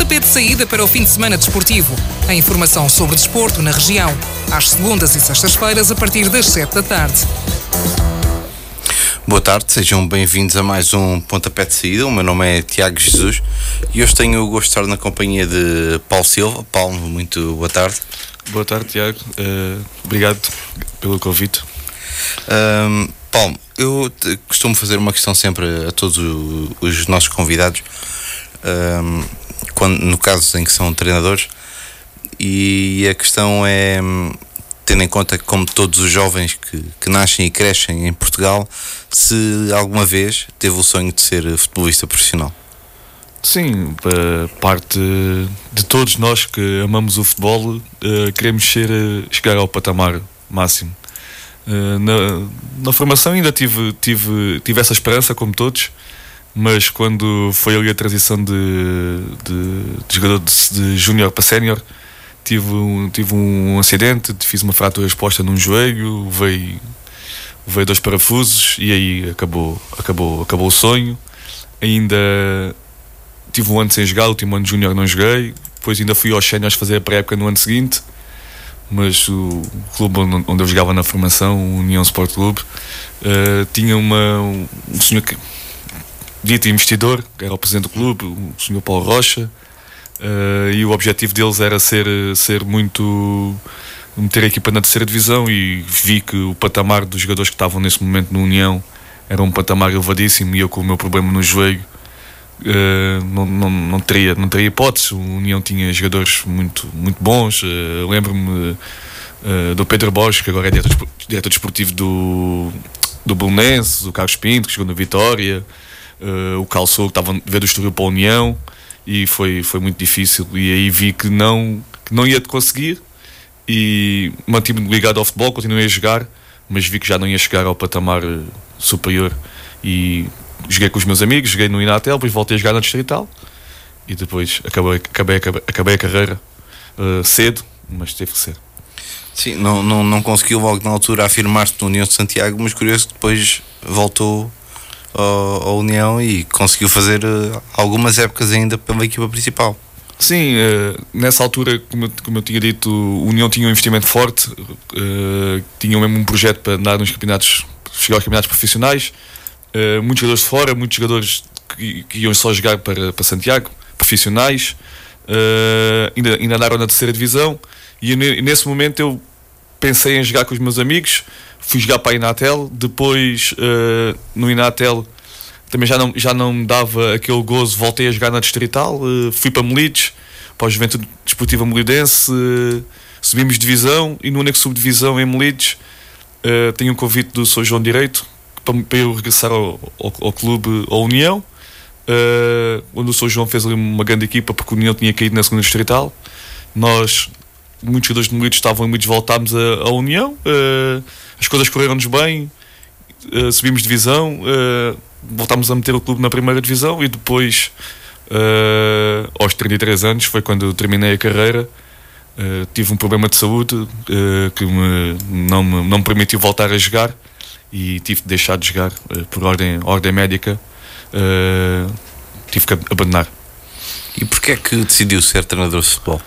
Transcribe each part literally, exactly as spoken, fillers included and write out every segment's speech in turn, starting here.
pontapé de saída para o fim de semana desportivo. A informação sobre desporto na região, às segundas e sextas-feiras, a partir das sete da tarde. Boa tarde, sejam bem-vindos a mais um Pontapé de Saída. O meu nome é Tiago Jesus e hoje tenho o gosto de estar na companhia de Paulo Silva. Paulo, muito boa tarde. Boa tarde, Tiago. Uh, obrigado pelo convite. Um, Paulo, eu te, costumo fazer uma questão sempre a todos o, os nossos convidados, um, quando, no caso em que são treinadores, e a questão é, tendo em conta que, como todos os jovens que, que nascem e crescem em Portugal, se alguma vez teve o sonho de ser futebolista profissional. Sim, parte de todos nós que amamos o futebol, queremos ser, chegar ao patamar máximo. Na, na formação ainda tive, tive, tive essa esperança, como todos, mas quando foi ali a transição de, de, de jogador de, de júnior para sénior, tive um, tive um acidente, fiz uma fratura exposta num joelho, veio, veio dois parafusos e aí acabou, acabou, acabou o sonho. Ainda tive um ano sem jogar, o último ano de júnior não joguei, depois ainda fui aos séniores fazer a pré-época no ano seguinte, mas o clube onde eu jogava na formação, o União Sport Clube, uh, tinha uma, um senhor que, dito investidor, que era o presidente do clube, o senhor Paulo Rocha, uh, e o objetivo deles era ser, ser muito, meter a equipa na terceira divisão, e vi que o patamar dos jogadores que estavam nesse momento no União era um patamar elevadíssimo, e eu com o meu problema no joelho Uh, não, não, não, teria, não teria hipótese. O União tinha jogadores muito, muito bons. Uh, lembro-me uh, do Pedro Borges, que agora é diretor, diretor desportivo do, do Belenenses, o Carlos Pinto, que jogou na Vitória, uh, o Calçou, que estava a ver do Estoril para a União, e foi, foi muito difícil. E aí vi que não, que não ia conseguir, e mantive-me ligado ao futebol, continuei a jogar, mas vi que já não ia chegar ao patamar uh, superior. E joguei com os meus amigos, joguei no Inatel, depois voltei a jogar na Distrital e depois acabei, acabei, acabei, acabei a carreira uh, cedo, mas teve que ser. Sim, não, não, não conseguiu logo na altura afirmar-se no União de Santiago, mas curioso que depois voltou ao, ao União e conseguiu fazer uh, algumas épocas ainda pela equipa principal. Sim, uh, nessa altura, como eu, como eu tinha dito, o União tinha um investimento forte, uh, tinha mesmo um projeto para andar nos campeonatos, chegar aos campeonatos profissionais. Uh, muitos jogadores de fora, muitos jogadores que, que iam só jogar para, para Santiago, profissionais, uh, ainda, ainda andaram na terceira divisão, e, e nesse momento eu pensei em jogar com os meus amigos, fui jogar para a Inatel, depois uh, no Inatel também já não, já não me dava aquele gozo, voltei a jogar na Distrital, uh, fui para Melides, para a Juventude Desportiva Melidense, uh, subimos divisão, e no único subdivisão em Melides uh, tenho um convite do São João Direito para eu regressar ao, ao, ao clube, à União, uh, onde o São João fez ali uma grande equipa, porque a União tinha caído na segunda Distrital. Nós, muitos jogadores de Melides estavam e muitos voltámos à União, uh, as coisas correram-nos bem, uh, subimos divisão, uh, voltámos a meter o clube na primeira divisão, e depois, uh, aos trinta e três anos, foi quando eu terminei a carreira. Uh, tive um problema de saúde uh, que me, não, me, não me permitiu voltar a jogar, e tive de deixar de jogar uh, por ordem, ordem médica, uh, tive que abandonar. E porquê é que decidiu ser treinador de futebol?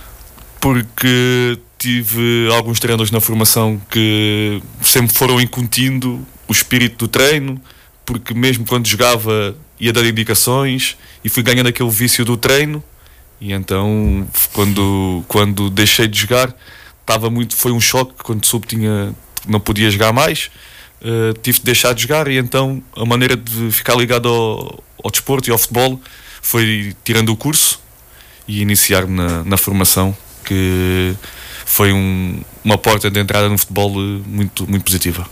Porque tive alguns treinadores na formação que sempre foram incutindo o espírito do treino, porque mesmo quando jogava ia dar indicações, e fui ganhando aquele vício do treino, e então quando, quando deixei de jogar estava muito, foi um choque quando soube que tinha, não podia jogar mais. Uh, tive de deixar de jogar, e então a maneira de ficar ligado ao, ao desporto e ao futebol foi tirando o curso e iniciar-me na, na formação, que foi um, uma porta de entrada no futebol muito, muito positiva.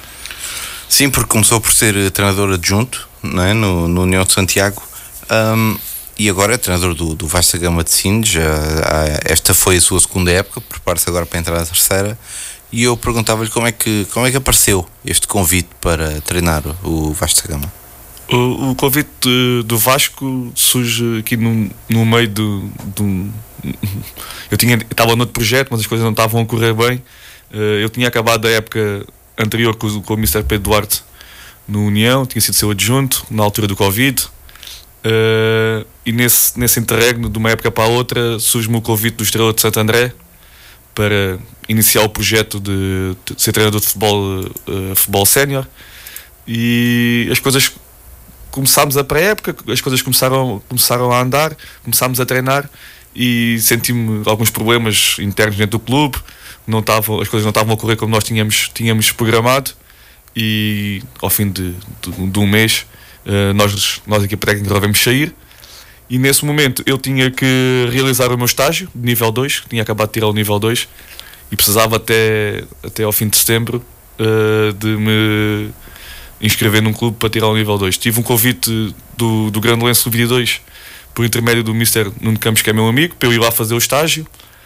Sim, porque começou por ser treinador adjunto, não é? no, no União de Santiago, um, e agora é treinador do, do Vasta Gama de Sines. Esta foi a sua segunda época, prepara-se agora para entrar na terceira. E eu perguntava-lhe como é que, como é que apareceu este convite para treinar o Vasta Gama. O, o convite de, do Vasco surge aqui no, no meio do, do... Eu tinha, estava no outro projeto, mas as coisas não estavam a correr bem. Eu tinha acabado a época anterior com, com o mister Pedro Duarte no União, tinha sido seu adjunto na altura do Covid. e nesse, nesse interregno, de uma época para a outra, surge-me o convite do Estrela de Santo André para iniciar o projeto de, de ser treinador de futebol, uh, futebol sénior, e as coisas começámos a pré-época, as coisas começaram, começaram a andar, começámos a treinar e senti-me alguns problemas internos dentro do clube, não tavam, as coisas não estavam a correr como nós tínhamos, tínhamos programado, e ao fim de, de, de um mês uh, nós, nós aqui para técnico resolvemos sair, e nesse momento eu tinha que realizar o meu estágio de nível dois, tinha acabado de tirar o nível dois e precisava até, até ao fim de setembro uh, de me inscrever num clube para tirar o nível dois. Tive um convite do, do Grande Lenço vinte e dois por intermédio do mister Nuno Campos, que é meu amigo, para eu ir lá fazer o estágio,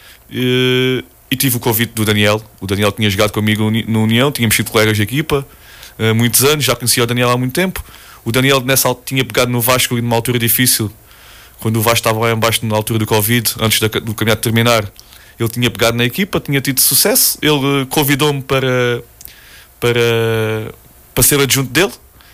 e, e tive o convite do Daniel. O Daniel tinha jogado comigo no União, tínhamos sido colegas de equipa há muitos anos, já conhecia o Daniel há muito tempo. O Daniel nessa altura tinha pegado no Vasco numa altura difícil, quando o Vasco estava lá em baixo na altura do Covid, antes da, do campeonato terminar. Ele tinha pegado na equipa, tinha tido sucesso, ele convidou-me para, para, para ser adjunto dele,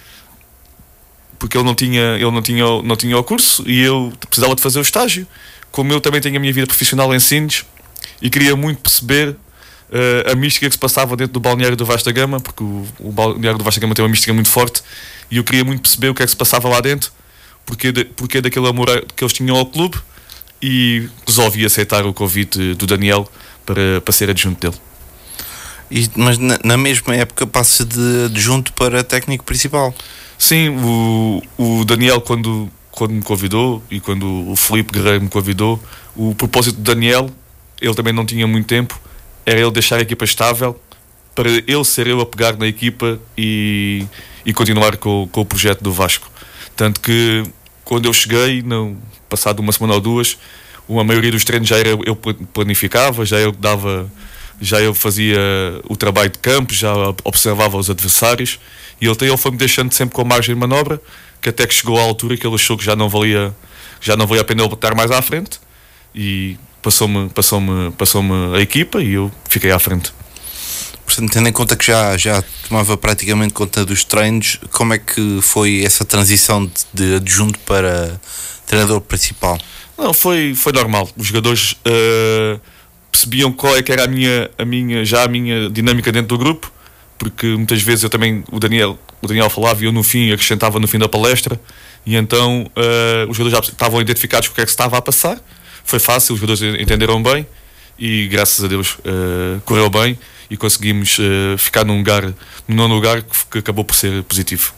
porque ele não tinha, ele não tinha, não tinha o curso e eu precisava de fazer o estágio. Como eu também tenho a minha vida profissional em Sines e queria muito perceber uh, a mística que se passava dentro do balneário do Vasco da Gama, porque o, o balneário do Vasco da Gama tem uma mística muito forte, e eu queria muito perceber o que é que se passava lá dentro, porque, de, porque daquele amor que eles tinham ao clube, e resolvi aceitar o convite do Daniel para, para ser adjunto dele. E, mas na, na mesma época passa de adjunto para técnico principal? Sim, o, o Daniel quando, quando me convidou, e quando o Filipe Guerreiro me convidou, o propósito do Daniel, ele também não tinha muito tempo, era ele deixar a equipa estável para ele ser ele a pegar na equipa e, e continuar com, com o projeto do Vasco. Tanto que quando eu cheguei, não, passado uma semana ou duas, a maioria dos treinos já era eu planificava, já eu dava, já eu fazia o trabalho de campo, já observava os adversários, e ele, ele foi-me deixando sempre com a margem de manobra, que até que chegou à altura que ele achou que já não valia, já não valia a pena ele estar mais à frente, e passou-me, passou-me, passou-me a equipa e eu fiquei à frente. Portanto, tendo em conta que já, já tomava praticamente conta dos treinos, como é que foi essa transição de, de adjunto para treinador principal? Não, foi, foi normal. Os jogadores uh, percebiam qual é que era a minha, a minha, já a minha dinâmica dentro do grupo, porque muitas vezes eu também, o Daniel, o Daniel falava e eu no fim acrescentava no fim da palestra, e então uh, os jogadores já estavam identificados com o que é que se estava a passar. Foi fácil, os jogadores entenderam bem e graças a Deus uh, correu bem e conseguimos uh, ficar num lugar, num nono lugar que, que acabou por ser positivo.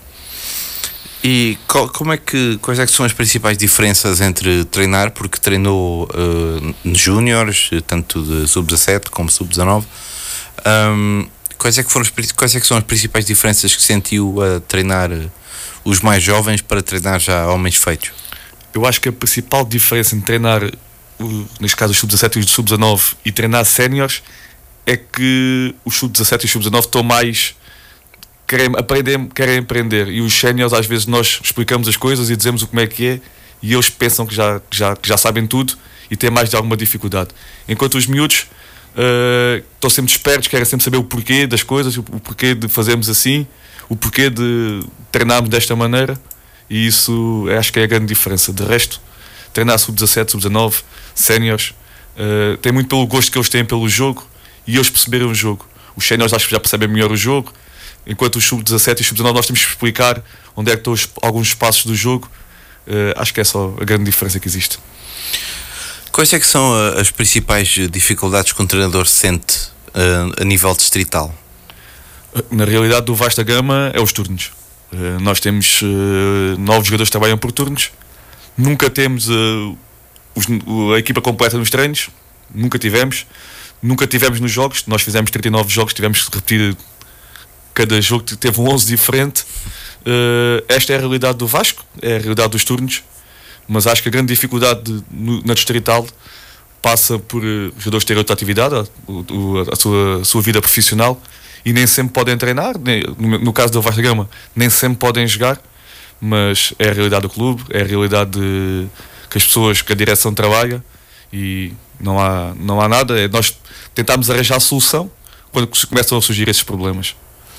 E qual, como é que, quais é que são as principais diferenças entre treinar, porque treinou uh, júniores, tanto de sub dezassete como sub dezanove, um, quais, é que foram, quais é que são as principais diferenças que sentiu a treinar os mais jovens para treinar já homens feitos? Eu acho que a principal diferença entre treinar, neste caso os sub dezassete e os sub dezanove, e treinar séniores, é que os sub dezassete e os sub dezanove estão mais... Querem aprender, querem aprender, e os séniores às vezes nós explicamos as coisas e dizemos o como é que é, e eles pensam que já, que já, que já sabem tudo e têm mais de alguma dificuldade, enquanto os miúdos uh, estão sempre espertos, querem sempre saber o porquê das coisas, o porquê de fazermos assim, o porquê de treinarmos desta maneira, e isso acho que é a grande diferença. De resto, treinar sub dezassete, sub dezanove, séniores, uh, tem muito pelo gosto que eles têm pelo jogo e eles perceberem o jogo. Os séniores acho que já percebem melhor o jogo, enquanto os sub dezassete e os sub dezanove nós temos que explicar onde é que estão os, alguns espaços do jogo. Uh, acho que é só a grande diferença que existe. Quais é que são as principais dificuldades que um treinador sente uh, a nível distrital? Na realidade do Vasco da Gama é os turnos. Uh, nós temos uh, nove jogadores que trabalham por turnos, nunca temos uh, os, a equipa completa nos treinos, nunca tivemos, nunca tivemos nos jogos. Nós fizemos trinta e nove jogos, tivemos que repetir. Cada jogo teve um onze diferente. Uh, esta é a realidade do Vasco, é a realidade dos turnos, mas acho que a grande dificuldade de, no, na distrital passa por uh, os jogadores terem outra atividade, a, a, sua, a sua vida profissional, e nem sempre podem treinar. Nem, no, no caso do Vasco da Gama, nem sempre podem jogar, mas é a realidade do clube, é a realidade de, que as pessoas, que a direção trabalha, e não há, não há nada. É nós tentarmos arranjar a solução quando começam a surgir esses problemas.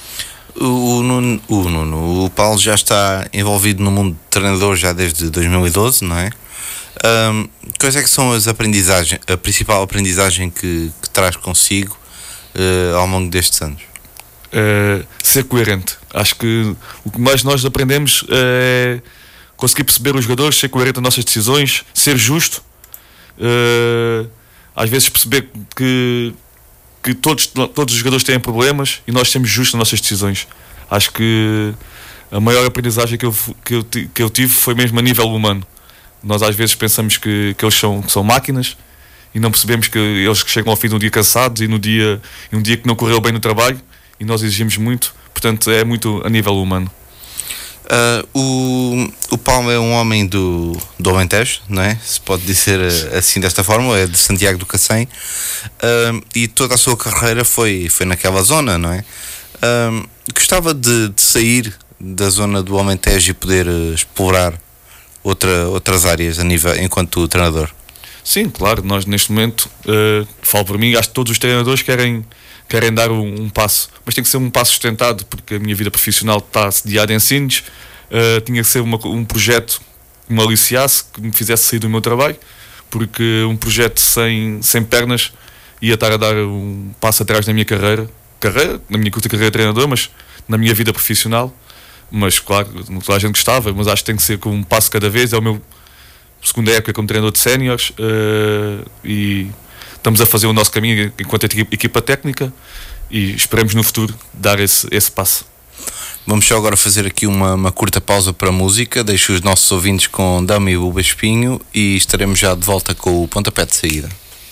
O Nuno, o Nuno, o Paulo já está envolvido no mundo de treinador já desde dois mil e doze, não é? Um, quais é que são as aprendizagens, a principal aprendizagem que, que traz consigo uh, ao longo destes anos? Uh, ser coerente. Acho que o que mais nós aprendemos é conseguir perceber os jogadores, ser coerente nas nossas decisões, ser justo, uh, às vezes perceber que, que todos, todos os jogadores têm problemas e nós sermos justos nas nossas decisões. Acho que a maior aprendizagem que eu, que eu, que eu tive foi mesmo a nível humano. Nós às vezes pensamos que, que eles são, que são máquinas e não percebemos que eles chegam ao fim de um dia cansados e no dia, um dia que não correu bem no trabalho, e nós exigimos muito, portanto é muito a nível humano. Uh, o, o Palma é um homem do, do Alentejo, não é? Se pode dizer assim desta forma, é de Santiago do Cacém, uh, e toda a sua carreira foi, foi naquela zona, não é? Uh, gostava de, de sair da zona do Alentejo e poder uh, explorar outra, outras áreas a nível, enquanto treinador? Sim, claro, nós neste momento, uh, falo por mim, acho que todos os treinadores querem querem dar um, um passo, mas tem que ser um passo sustentado, porque a minha vida profissional está sediada em Sines. Uh, tinha que ser uma, um projeto que me aliciasse, que me fizesse sair do meu trabalho, porque um projeto sem, sem pernas ia estar a dar um passo atrás na minha carreira, carreira na minha curta carreira de treinador, mas na minha vida profissional. Mas claro, toda a gente gostava, mas acho que tem que ser com um passo cada vez. É o meu segunda época como treinador de séniores, uh, e estamos a fazer o nosso caminho enquanto equipa técnica e esperemos no futuro dar esse, esse passo. Vamos só agora fazer aqui uma, uma curta pausa para a música. Deixo os nossos ouvintes com Dama e Buba Espinho e estaremos já de volta com o pontapé de saída.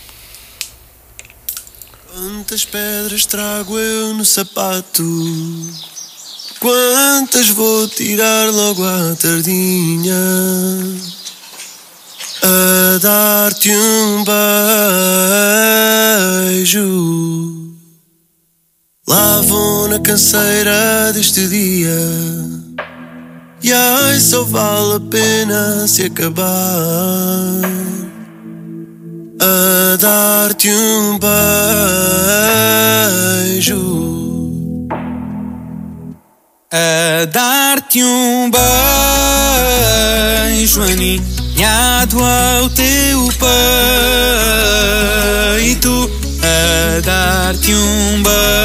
Quantas pedras trago eu no sapato? Quantas vou tirar logo à tardinha? A dar-te um beijo. Lá vou na canseira deste dia, e ai, só vale a pena se acabar. A dar-te um beijo. A dar-te um beijo, aninhado ao teu peito. A dar-te um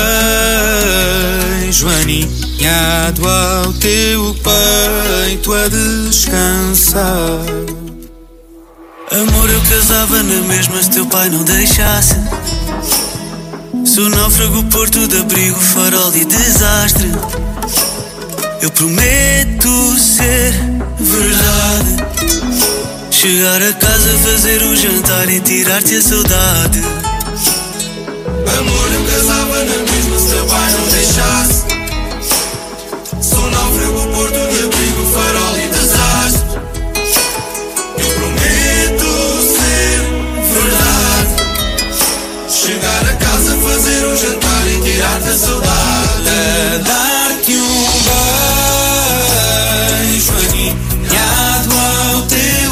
beijo, aninhado ao teu peito, a descansar. Amor, eu casava na mesma se teu pai não deixasse. Sou náufrago, porto de abrigo, farol e desastre. Eu prometo ser verdade, chegar a casa, fazer um jantar e tirar-te a saudade. Amor, eu casava na mesma se teu pai não deixasse. Sou náufrago, porto de abrigo, farol e desastre. Eu prometo ser verdade, chegar a casa, fazer um jantar e tirar-te a saudade. A dar-te um beijo, aninhado ao teu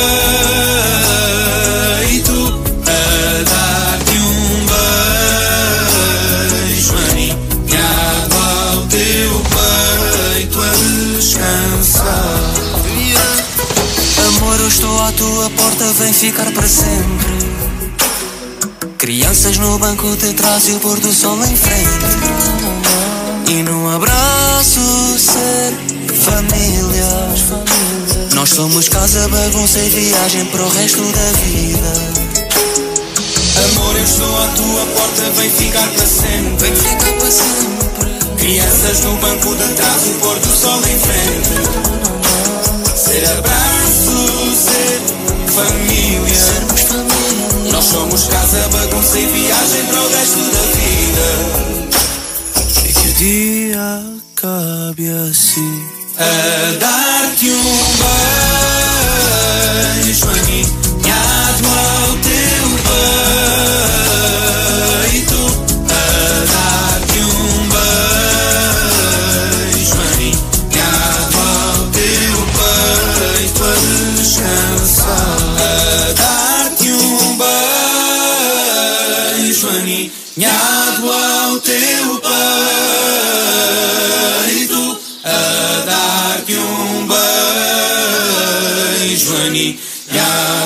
peito. A dar-te um beijo, aninhado ao teu peito, a descansar. Amor, eu estou à tua porta, vem ficar para sempre. Crianças no banco de trás e o pôr do sol em frente. E num abraço ser família. Nós somos casa, bagunça e viagem para o resto da vida. Amor, eu estou à tua porta, vem ficar para sempre. Vem ficar para sempre. Crianças no banco de trás, o pôr do sol em frente. Ser abraço, ser família. Sermos família. Nós somos casa, bagunça e viagem para o resto da vida. E que o dia acabe assim. A dar-te um beijo, aninhado ao teu peito. A dar-te um beijo, aninhado ao teu peito, a descansar. A dar-te um beijo, aninhado ao teu peito. A dar-te um beijo, aninhado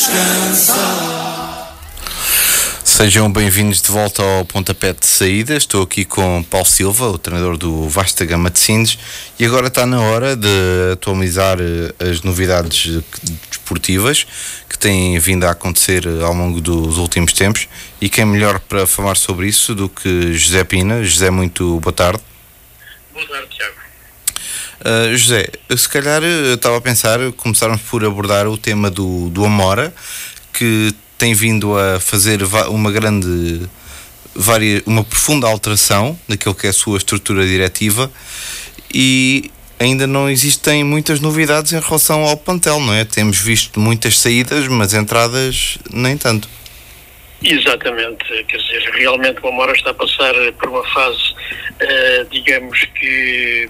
descansar. Sejam bem-vindos de volta ao Pontapé de Saída. Estou aqui com Paulo Silva, o treinador do Vasta Gama de Sindes, e agora está na hora de atualizar as novidades desportivas que têm vindo a acontecer ao longo dos últimos tempos. E quem melhor para falar sobre isso do que José Pina. José, muito boa tarde. Boa tarde, Tiago. Uh, José, se calhar eu estava a pensar começarmos por abordar o tema do, do Amora, que tem vindo a fazer uma grande, uma profunda alteração naquilo que é a sua estrutura diretiva, e ainda não existem muitas novidades em relação ao plantel, não é? Temos visto muitas saídas, mas entradas nem tanto. Exatamente, quer dizer, realmente o Amora está a passar por uma fase, uh, digamos que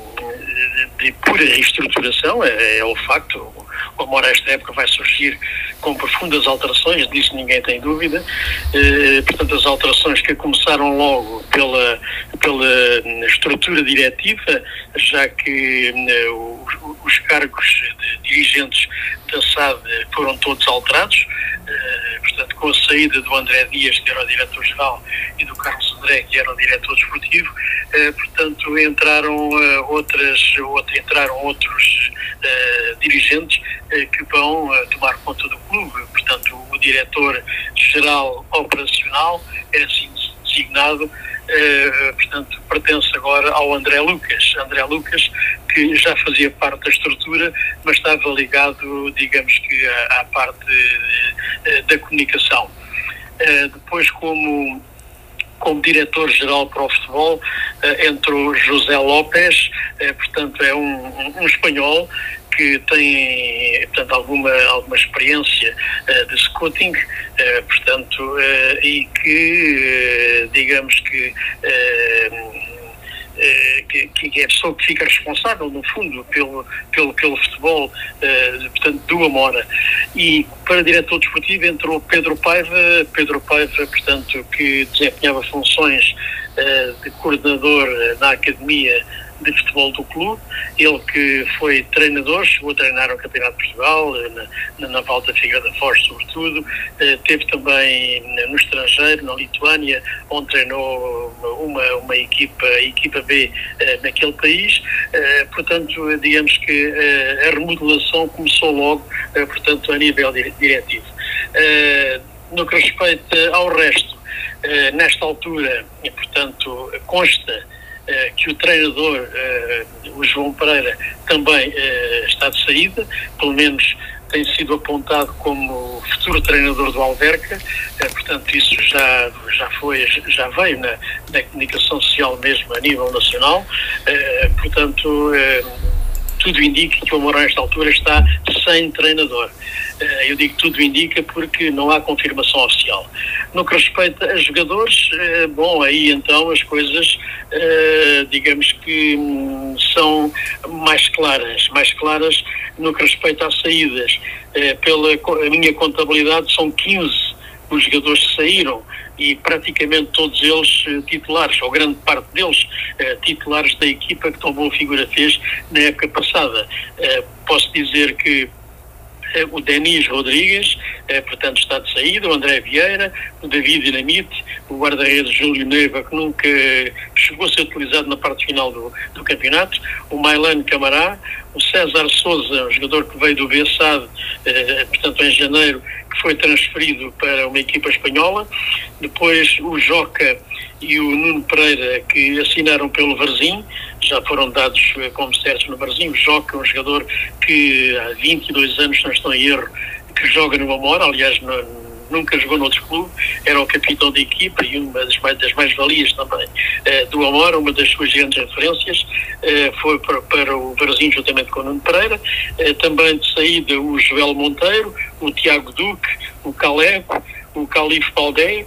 de pura reestruturação, é, é o facto. O Amora esta época vai surgir com profundas alterações, disso ninguém tem dúvida. Eh, portanto, as alterações que começaram logo pela, pela estrutura diretiva, já que eh, os, os cargos de dirigentes da S A D foram todos alterados. Eh, portanto, com a saída do André Dias, que era o diretor-geral, e do Carlos André, que era o diretor desportivo, eh, portanto, entraram, eh, outras, outro, entraram outros eh, dirigentes eh, que vão eh, tomar conta do clube. Portanto, o diretor-geral operacional é assim designado, eh, portanto, pertence agora ao André Lucas. André Lucas, que já fazia parte da estrutura, mas estava ligado, digamos que, à, à parte eh, da comunicação. Eh, depois, como, como diretor-geral para o futebol, eh, entrou José López, eh, portanto, é um, um, um espanhol que tem, portanto, alguma, alguma experiência uh, de scouting, uh, portanto, uh, e que, uh, digamos que, uh, uh, que, que é a pessoa que fica responsável, no fundo, pelo, pelo, pelo futebol, uh, portanto, do Amora. E para diretor desportivo entrou Pedro Paiva, Pedro Paiva, portanto, que desempenhava funções uh, de coordenador na academia de futebol do clube. Ele que foi treinador, chegou a treinar o Campeonato de Portugal, na, na Naval da Figueira da Foz, sobretudo. Eh, teve também no estrangeiro, na Lituânia, onde treinou uma, uma equipa, a equipa B, eh, naquele país. Eh, portanto, digamos que eh, a remodelação começou logo, eh, portanto, a nível diretivo. Eh, no que respeita ao resto, eh, nesta altura, e, portanto, consta que o treinador, uh, o João Pereira, também uh, está de saída, pelo menos tem sido apontado como futuro treinador do Alverca, uh, portanto isso já, já foi, já veio na, na comunicação social mesmo a nível nacional, uh, portanto uh, tudo indica que o Amora nesta altura está sem treinador. Eu digo tudo indica porque não há confirmação oficial. No que respeita a jogadores, bom, aí então as coisas, digamos que são mais claras, mais claras no que respeita às saídas. Pela a minha contabilidade são quinze os jogadores que saíram, e praticamente todos eles uh, titulares, ou grande parte deles uh, titulares da equipa que tão boa figura fez na época passada. Uh, posso dizer que uh, o Denis Rodrigues, uh, portanto, está de saída, o André Vieira, o David Dinamite, o guarda-redes Júlio Neiva, que nunca chegou a ser utilizado na parte final do, do campeonato, o Mailan Camará, o César Souza, um jogador que veio do B S A D, uh, portanto, em janeiro, que foi transferido para uma equipa espanhola. Depois o Joca e o Nuno Pereira, que assinaram pelo Varzim, já foram dados como certos no Varzim. O Joca é um jogador que há vinte e dois anos, se não estou em erro, que joga no Amora, aliás, no, nunca jogou noutro clube, era o capitão da equipa e uma das, das mais-valias também uh, do Amora, uma das suas grandes referências, uh, foi para, para o Varzim juntamente com o Nuno Pereira. Uh, também de saída o Joel Monteiro, o Tiago Duque, o Caleco, o Calife Baldé,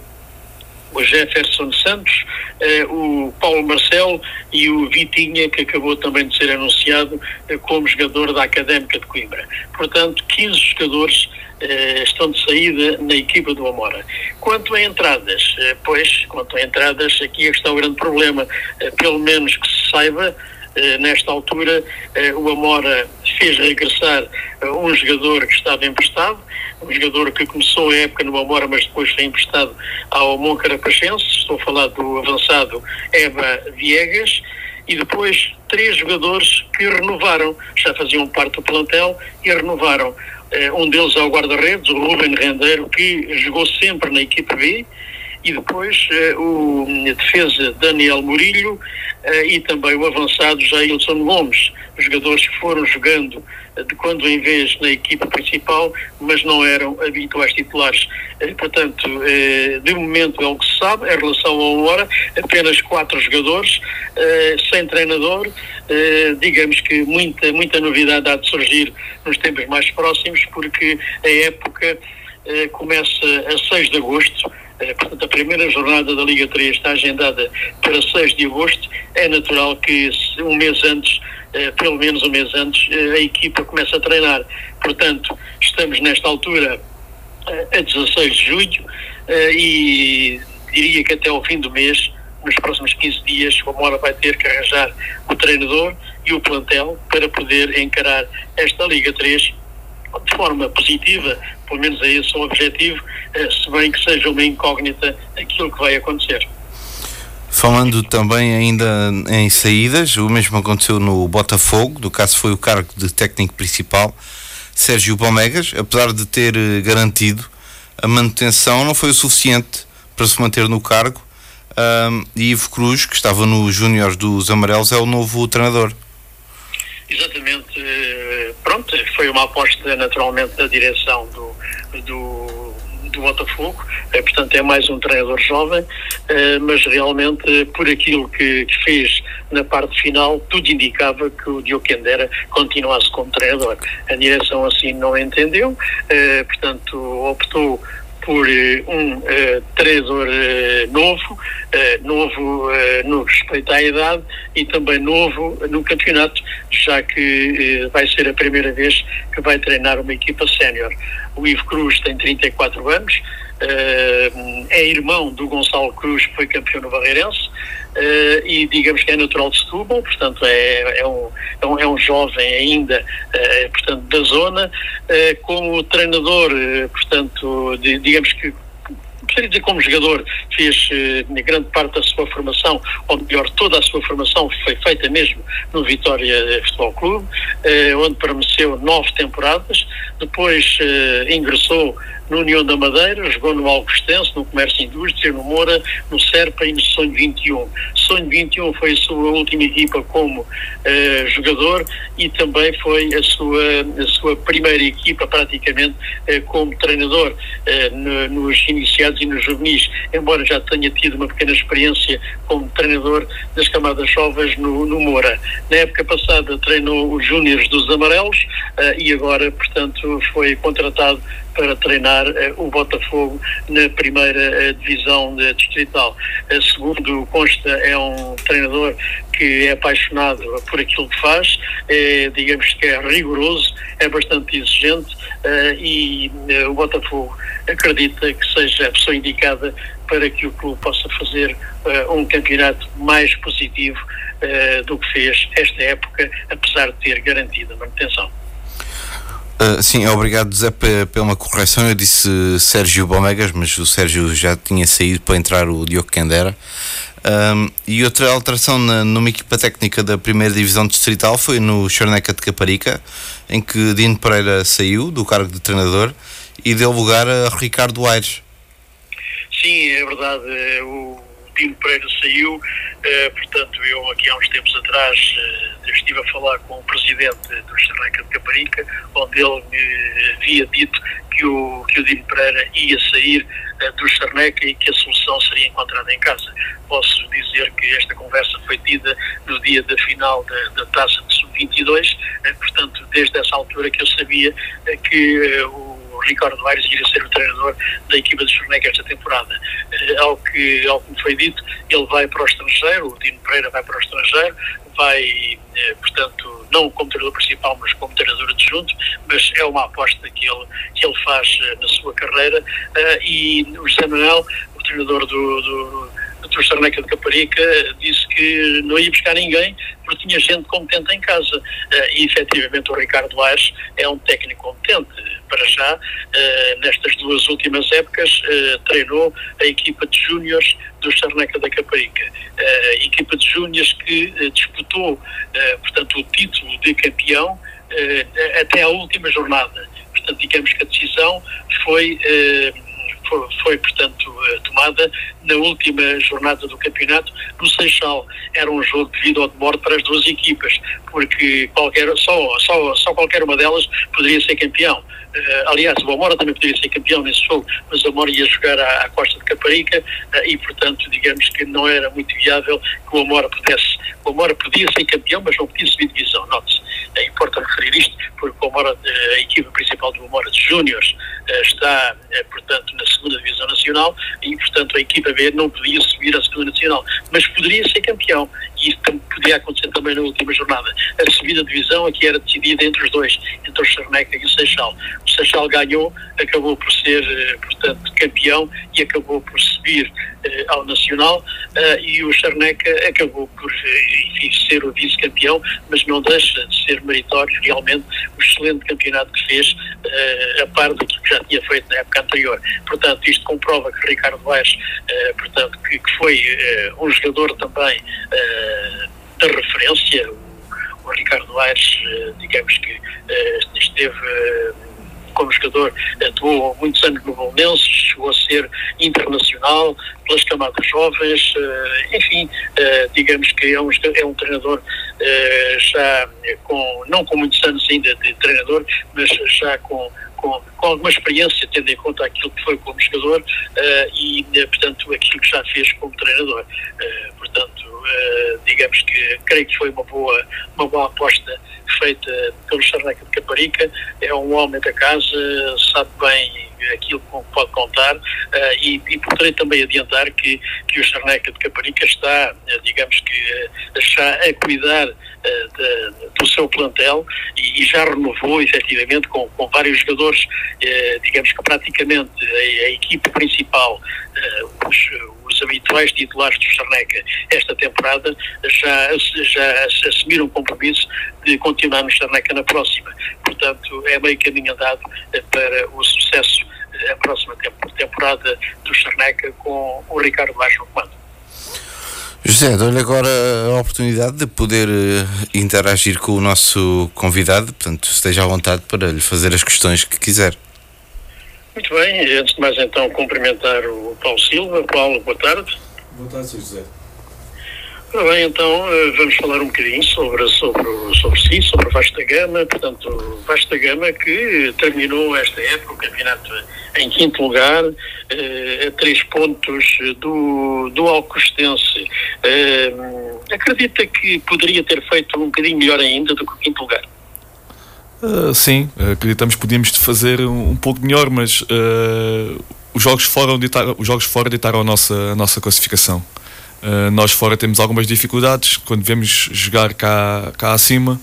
o Jefferson Santos, eh, o Paulo Marcelo e o Vitinha, que acabou também de ser anunciado eh, como jogador da Académica de Coimbra. Portanto, quinze jogadores eh, estão de saída na equipa do Amora. Quanto a entradas, eh, pois, quanto a entradas, aqui é que está o grande problema, eh, pelo menos que se saiba, nesta altura, o Amora fez regressar um jogador que estava emprestado, um jogador que começou a época no Amora, mas depois foi emprestado ao Moncarapachense. Estou a falar do avançado Eba Viegas, e depois três jogadores que renovaram, já faziam parte do plantel e renovaram. Um deles é o guarda-redes, o Ruben Rendeiro, que jogou sempre na equipa B, e depois uh, o defesa Daniel Murilho uh, e também o avançado Jailson Gomes, jogadores que foram jogando uh, de quando em vez na equipa principal, mas não eram habituais titulares. Uh, portanto, uh, de momento é o que se sabe, em relação ao Amora, apenas quatro jogadores, uh, sem treinador. Uh, digamos que muita, muita novidade há de surgir nos tempos mais próximos, porque a época uh, começa a seis de agosto. Portanto, a primeira jornada da Liga três está agendada para seis de agosto. É natural que um mês antes, pelo menos um mês antes, a equipa comece a treinar. Portanto, estamos nesta altura a dezasseis de julho e diria que até ao fim do mês, nos próximos quinze dias, o Amora vai ter que arranjar o treinador e o plantel para poder encarar esta Liga três de forma positiva. Pelo menos é esse o objetivo, se bem que seja uma incógnita aquilo que vai acontecer. Falando também ainda em saídas, o mesmo aconteceu no Botafogo, do caso foi o cargo de técnico principal, Sérgio Bomegas. Apesar de ter garantido a manutenção, não foi o suficiente para se manter no cargo, um, e Ivo Cruz, que estava nos júniores dos Amarelos, é o novo treinador. Exatamente, pronto, foi uma aposta naturalmente da direção do, do, do Botafogo, é, portanto é mais um treinador jovem, é, mas realmente por aquilo que, que fez na parte final, tudo indicava que o Diogo Quendera continuasse como treinador. A direção assim não entendeu, é, portanto optou por uh, um uh, treinador uh, novo, uh, novo uh, no respeito à idade e também novo no campeonato, já que uh, vai ser a primeira vez que vai treinar uma equipa sénior. O Ivo Cruz tem trinta e quatro anos, uh, é irmão do Gonçalo Cruz, que foi campeão no Barreirense, uh, e digamos que é natural de Setúbal, portanto é, é, um, é, um, é um jovem ainda, uh, portanto, da zona. Uh, como treinador, uh, portanto, de, digamos que, gostaria de dizer, como jogador, fez uh, grande parte da sua formação, ou melhor, toda a sua formação foi feita mesmo no Vitória Futebol Clube, uh, onde permaneceu nove temporadas. Depois uh, ingressou no União da Madeira, jogou no Alcostense, no Comércio e Indústria, no Moura, no Serpa e no Sonho vinte e um. Sonho vinte e um foi a sua última equipa como uh, jogador e também foi a sua, a sua primeira equipa praticamente uh, como treinador uh, no, nos iniciados e nos juvenis, embora já tenha tido uma pequena experiência como treinador das camadas jovens no, no Moura. Na época passada treinou os júniores dos Amarelos uh, e agora, portanto, foi contratado para treinar uh, o Botafogo na primeira uh, divisão de, distrital. Uh, segundo consta, é um treinador que é apaixonado por aquilo que faz, é, digamos que é rigoroso, é bastante exigente uh, e uh, o Botafogo acredita que seja a pessoa indicada para que o clube possa fazer uh, um campeonato mais positivo uh, do que fez esta época, apesar de ter garantido a manutenção. Uh, sim, obrigado, Zé, p- pela correção. Eu disse Sérgio Bomegas, mas o Sérgio já tinha saído para entrar o Diogo Quendera. Um, e outra alteração na, numa equipa técnica da primeira divisão distrital foi no Charneca de Caparica, em que Dino Pereira saiu do cargo de treinador e deu lugar a Ricardo Aires. Sim, é verdade, o Dino Pereira saiu, uh, portanto eu aqui há uns tempos atrás uh, estive a falar com o presidente do Charneca de Caparica, onde ele me havia dito que o, que o Dino Pereira ia sair uh, do Charneca e que a solução seria encontrada em casa. Posso dizer que esta conversa foi tida no dia da final da, da Taça de sub vinte e dois, uh, portanto desde essa altura que eu sabia uh, que uh, o Ricardo Aires iria ser o treinador da equipa de Charneca esta temporada. Uh, ao, que, ao que me foi dito, ele vai para o estrangeiro, o Dino Pereira vai para o estrangeiro, vai, uh, portanto, não como treinador principal, mas como treinador adjunto, mas é uma aposta que ele, que ele faz uh, na sua carreira, uh, e o José Manuel, o treinador do, do, do Charneca de Caparica disse que não ia buscar ninguém porque tinha gente competente em casa. E efetivamente o Ricardo Aires é um técnico competente. Para já, nestas duas últimas épocas, treinou a equipa de júniores do Charneca da Caparica. A equipa de júniores que disputou, portanto, o título de campeão até à última jornada. Portanto, digamos que a decisão foi, foi, foi portanto, tomada na última jornada do campeonato no Seixal. Era um jogo de vida ou de morte para as duas equipas, porque qualquer, só, só, só qualquer uma delas poderia ser campeão. Uh, aliás, o Amora também poderia ser campeão nesse jogo, mas o Amora ia jogar à, à Costa de Caparica uh, e, portanto, digamos que não era muito viável que o Amora pudesse. O Amora podia ser campeão, mas não podia subir divisão. Note-se, é importante referir isto, porque o Amora, a equipa principal do Amora de Júniores uh, está, uh, portanto, na segunda divisão nacional e, portanto, a equipa B não podia subir à segunda nacional, mas poderia ser campeão. E isso podia acontecer também na última jornada. A subida de divisão aqui era decidida entre os dois, entre o Charneca e o Seixal. O Seixal ganhou, acabou por ser, portanto, campeão e acabou por subir eh, ao Nacional uh, e o Charneca acabou por, enfim, ser o vice-campeão, mas não deixa de ser meritório realmente o excelente campeonato que fez, uh, a par daquilo que já tinha feito na época anterior. Portanto, isto comprova que Ricardo Aires, uh, portanto, que, que foi uh, um jogador também uh, da referência. O, o Ricardo Aires, uh, digamos que uh, esteve... Uh, como jogador, atuou muitos anos no Bolonenses, chegou a ser internacional pelas camadas jovens, enfim, digamos que é um, é um treinador já com, não com muitos anos ainda de treinador, mas já com, com, com alguma experiência, tendo em conta aquilo que foi como jogador e, portanto, aquilo que já fez como treinador. Portanto, digamos que creio que foi uma boa, uma boa aposta feita pelo Charneca de Caparica. É um homem da casa, sabe bem aquilo que pode contar uh, e, e poderei também adiantar que, que o Charneca de Caparica está, uh, digamos que, uh, já a cuidar uh, de, do seu plantel e, e já renovou efetivamente com, com vários jogadores, uh, digamos que praticamente a, a equipe principal, uh, os, os habituais titulares do Charneca esta temporada já, já assumiram o compromisso de continuar no Charneca na próxima. Portanto, é meio caminho andado uh, para o sucesso a próxima temporada do Charneca com o Ricardo Aires no comando. José, dou-lhe agora a oportunidade de poder uh, interagir com o nosso convidado, portanto esteja à vontade para lhe fazer as questões que quiser. Muito bem, antes de mais então cumprimentar o Paulo Silva. Paulo, boa tarde. Boa tarde, senhor José. Ora bem, então vamos falar um bocadinho sobre, sobre, sobre si, sobre o Vasta Gama. Portanto, Vasta Gama que terminou esta época o campeonato em quinto lugar, eh, a três pontos do, do Alcostense. Eh, acredita que poderia ter feito um bocadinho melhor ainda do que o quinto lugar? Uh, sim, acreditamos que podíamos fazer um, um pouco melhor, mas uh, os jogos fora ditaram, os jogos fora ditaram a nossa, a nossa classificação. Uh, nós fora temos algumas dificuldades quando devemos jogar cá, cá acima,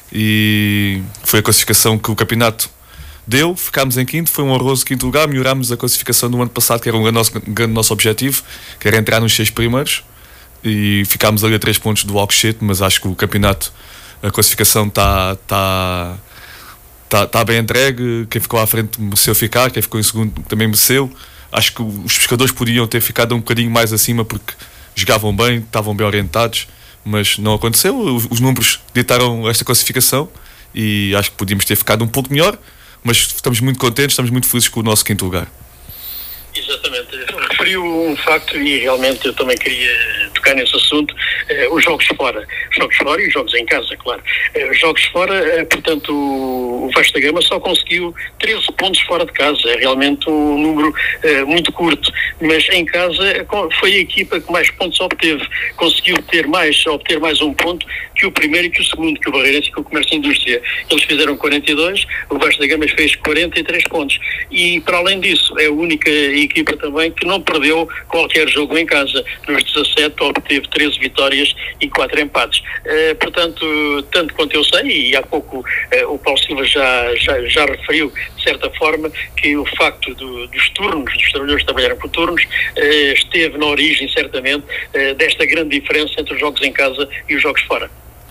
e foi a classificação que o campeonato deu. Ficámos em quinto, foi um honroso quinto lugar, melhorámos a classificação do ano passado, que era um grande nosso, um grande nosso objetivo, que era entrar nos seis primeiros, e ficámos ali a três pontos do Alcochete, mas acho que o campeonato, a classificação está tá, tá, tá bem entregue. Quem ficou à frente mereceu ficar, quem ficou em segundo também mereceu. Acho que os pescadores podiam ter ficado um bocadinho mais acima porque jogavam bem, estavam bem orientados, mas não aconteceu. Os, os números ditaram esta classificação e acho que podíamos ter ficado um pouco melhor, mas estamos muito contentes, estamos muito felizes com o nosso quinto lugar. Exatamente. Referiu um facto e realmente eu também queria tocar nesse assunto, eh, os jogos fora. Os jogos fora e os jogos em casa, claro. Eh, os jogos fora, eh, portanto, o, o Vasta Gama só conseguiu treze pontos fora de casa. É realmente um número eh, muito curto. Mas em casa foi a equipa que mais pontos obteve. Conseguiu ter mais, obter mais um ponto que o primeiro e que o segundo, que o Barreirense e que o Comércio e Indústria. Eles fizeram quarenta e dois, o Vasta Gama fez quarenta e três pontos. E, para além disso, é a única equipa também que não perdeu qualquer jogo em casa. Nos dezassete obteve treze vitórias vitórias e quatro empates. Uh, portanto, tanto quanto eu sei, e há pouco uh, o Paulo Silva já, já, já referiu, de certa forma, que o facto do, dos turnos, dos trabalhadores que trabalharam por turnos, uh, esteve na origem, certamente, uh, desta grande diferença entre os jogos em casa e os jogos fora.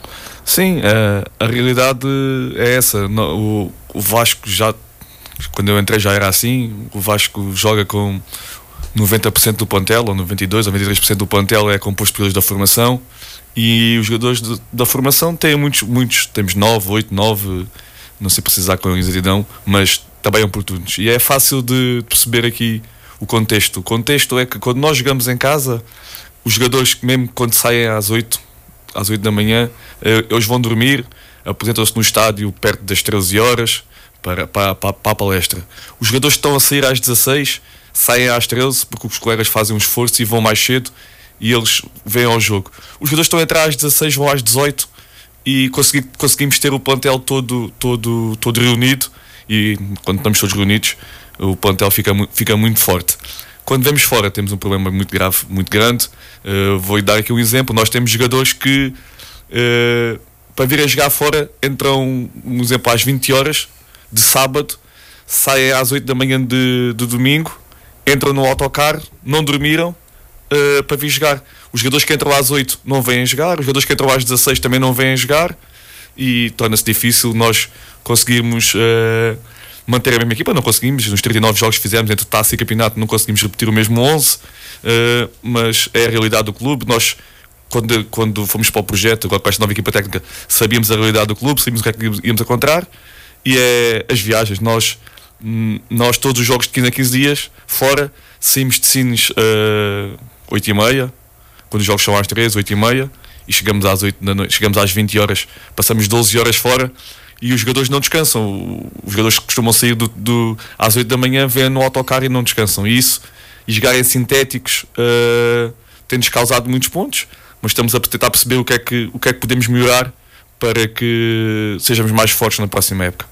Sim, uh, a realidade é essa. O, o Vasco já, quando eu entrei já era assim. O Vasco joga com noventa por cento do plantel, ou noventa e dois por cento ou noventa e três por cento do plantel é composto pelos da formação, e os jogadores de, da formação têm muitos, muitos, temos nove, oito, nove, não sei precisar com exatidão, mas trabalham por turnos. E é fácil de perceber aqui o contexto. O contexto é que quando nós jogamos em casa, os jogadores, mesmo quando saem às oito, às oito da manhã, eles vão dormir, apresentam-se no estádio perto das treze horas para, para, para, para a palestra. Os jogadores estão a sair às dezasseis, saem às treze porque os colegas fazem um esforço e vão mais cedo e eles vêm ao jogo. Os jogadores estão a entrar às dezasseis, vão às dezoito e consegui, conseguimos ter o plantel todo, todo, todo reunido, e quando estamos todos reunidos o plantel fica, fica muito forte. Quando vemos fora temos um problema muito grave, muito grande. Uh, vou dar aqui um exemplo. Nós temos jogadores que uh, para virem jogar fora entram, um exemplo, às vinte horas de sábado, saem às oito da manhã de, de domingo, entram no autocarro, não dormiram uh, para vir jogar. Os jogadores que entram às oito não vêm jogar, os jogadores que entram às dezasseis também não vêm jogar, e torna-se difícil nós conseguirmos uh, manter a mesma equipa. Não conseguimos, nos trinta e nove jogos que fizemos entre taça e campeonato não conseguimos repetir o mesmo onze, uh, mas é a realidade do clube. Nós, quando, quando fomos para o projeto, agora com esta nova equipa técnica, sabíamos a realidade do clube, sabíamos o que é que íamos encontrar, e é as viagens. Nós, nós todos os jogos de quinze a quinze dias, fora, saímos de Sines uh, oito e meia, quando os jogos são às treze, oito e meia, e chegamos às oito da noite, chegamos às vinte horas, passamos doze horas fora, e os jogadores não descansam. Os jogadores que costumam sair do, do, às oito da manhã vêm no autocarro e não descansam. E isso, e jogarem sintéticos, uh, tem-nos causado muitos pontos, mas estamos a tentar perceber o que, é que, o que é que podemos melhorar para que sejamos mais fortes na próxima época.